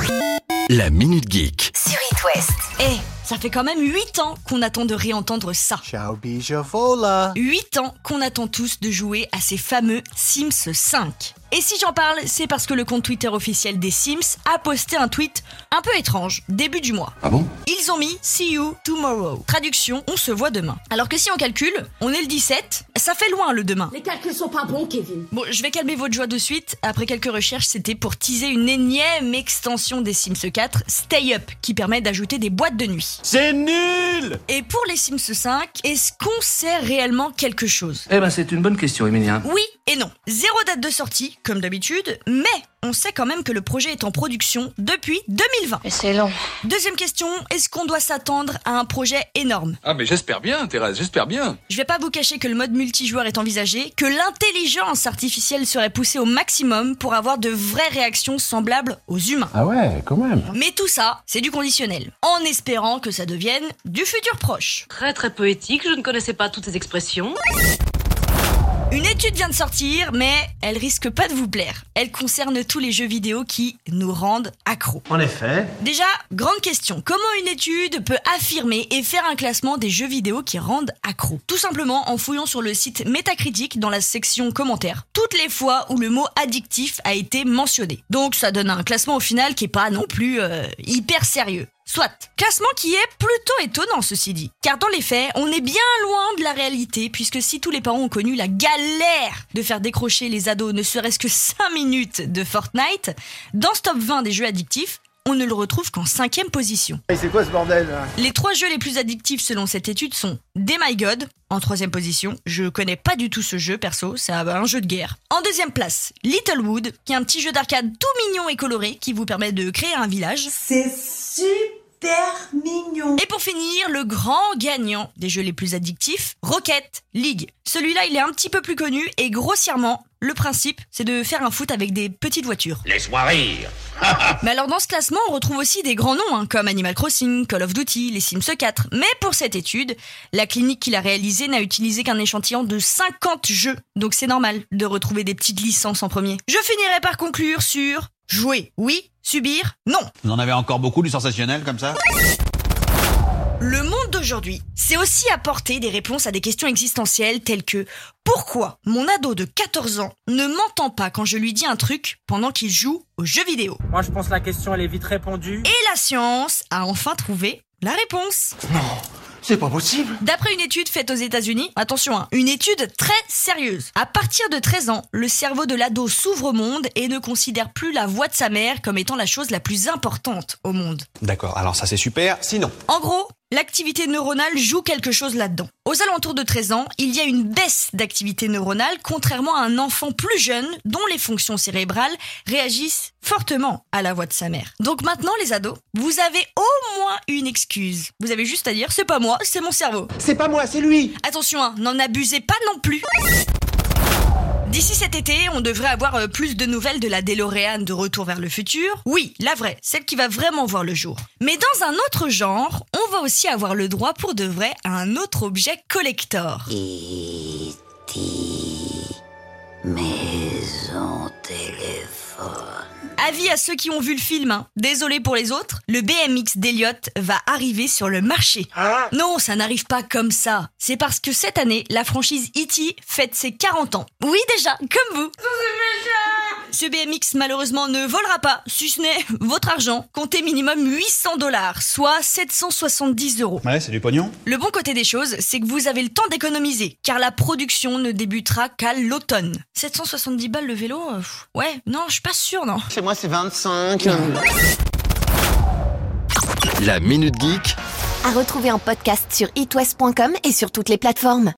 La Minute Geek. Sur It West. Ça fait quand même 8 ans qu'on attend de réentendre ça. Ciao Bijavola. 8 ans qu'on attend tous de jouer à ces fameux Sims 5. Et si j'en parle, c'est parce que le compte Twitter officiel des Sims a posté un tweet un peu étrange, début du mois. Ah bon? Ils ont mis « See you tomorrow ». Traduction, on se voit demain. Alors que si on calcule, on est le 17, ça fait loin le demain. Les calculs sont pas bons, Kevin. Bon, je vais calmer votre joie de suite. Après quelques recherches, c'était pour teaser une énième extension des Sims 4, Stay Up, qui permet d'ajouter des boîtes de nuit. C'est nul. Et pour les Sims 5, est-ce qu'on sait réellement quelque chose? Eh ben, c'est une bonne question, Emilien. Oui et non. 0 date de sortie, comme d'habitude, mais on sait quand même que le projet est en production depuis 2020. Et c'est long. Deuxième question, est-ce qu'on doit s'attendre à un projet énorme? Ah mais j'espère bien, Thérèse, j'espère bien. Je vais pas vous cacher que le mode multijoueur est envisagé, que l'intelligence artificielle serait poussée au maximum pour avoir de vraies réactions semblables aux humains. Ah ouais, quand même. Mais tout ça, c'est du conditionnel, en espérant que ça devienne du futur proche. Très très poétique, je ne connaissais pas toutes ces expressions. Une étude vient de sortir, mais elle risque pas de vous plaire. Elle concerne tous les jeux vidéo qui nous rendent accros. En effet. Déjà, grande question, comment une étude peut affirmer et faire un classement des jeux vidéo qui rendent accros? Tout simplement en fouillant sur le site Metacritic dans la section commentaires, toutes les fois où le mot addictif a été mentionné. Donc ça donne un classement au final qui est pas non plus hyper sérieux. Soit, classement qui est plutôt étonnant ceci dit. Car dans les faits, on est bien loin de la réalité, puisque si tous les parents ont connu la galère de faire décrocher les ados ne serait-ce que 5 minutes de Fortnite, dans ce top 20 des jeux addictifs, on ne le retrouve qu'en 5e position. C'est quoi ce bordel là? Les 3 jeux les plus addictifs selon cette étude sont Day My God, en 3e position. Je connais pas du tout ce jeu perso, c'est un jeu de guerre. En 2e place, Littlewood, qui est un petit jeu d'arcade tout mignon et coloré qui vous permet de créer un village. C'est super mignon. Et pour finir, le grand gagnant des jeux les plus addictifs, Rocket League. Celui-là, il est un petit peu plus connu et grossièrement, le principe, c'est de faire un foot avec des petites voitures. Laisse-moi rire. Mais alors dans ce classement, on retrouve aussi des grands noms, comme Animal Crossing, Call of Duty, les Sims 4. Mais pour cette étude, la clinique qui l'a réalisée n'a utilisé qu'un échantillon de 50 jeux. Donc c'est normal de retrouver des petites licences en premier. Je finirai par conclure sur jouer, oui, subir, non. Vous en avez encore beaucoup du sensationnel comme ça? Le monde d'aujourd'hui, c'est aussi apporter des réponses à des questions existentielles telles que pourquoi mon ado de 14 ans ne m'entend pas quand je lui dis un truc pendant qu'il joue aux jeux vidéo? Moi je pense que la question elle est vite répondue. Et la science a enfin trouvé la réponse. Non, c'est pas possible. D'après une étude faite aux États-Unis, attention, une étude très sérieuse. À partir de 13 ans, le cerveau de l'ado s'ouvre au monde et ne considère plus la voix de sa mère comme étant la chose la plus importante au monde. D'accord, alors ça c'est super, sinon. En gros, l'activité neuronale joue quelque chose là-dedans. Aux alentours de 13 ans, il y a une baisse d'activité neuronale, contrairement à un enfant plus jeune dont les fonctions cérébrales réagissent fortement à la voix de sa mère. Donc maintenant, les ados, vous avez au moins une excuse. Vous avez juste à dire « c'est pas moi, c'est mon cerveau ». C'est pas moi, c'est lui. Attention, n'en abusez pas non plus. D'ici cet été, on devrait avoir plus de nouvelles de la DeLorean de Retour vers le futur. Oui, la vraie, celle qui va vraiment voir le jour. Mais dans un autre genre, on va aussi avoir le droit pour de vrai à un autre objet collector. E.T. Maison téléphone. Avis à ceux qui ont vu le film, hein. Désolé pour les autres, le BMX d'Eliott va arriver sur le marché. Non, ça n'arrive pas comme ça. C'est parce que cette année, la franchise E.T. fête ses 40 ans. Oui déjà, comme vous. Ce BMX malheureusement ne volera pas, si ce n'est votre argent. Comptez minimum $800, soit 770 €. Ouais, c'est du pognon. Le bon côté des choses, c'est que vous avez le temps d'économiser, car la production ne débutera qu'à l'automne. 770 balles le vélo ouais, non, je suis pas sûre, non. Chez moi c'est 25. La Minute Geek. À retrouver en podcast sur itwest.com et sur toutes les plateformes.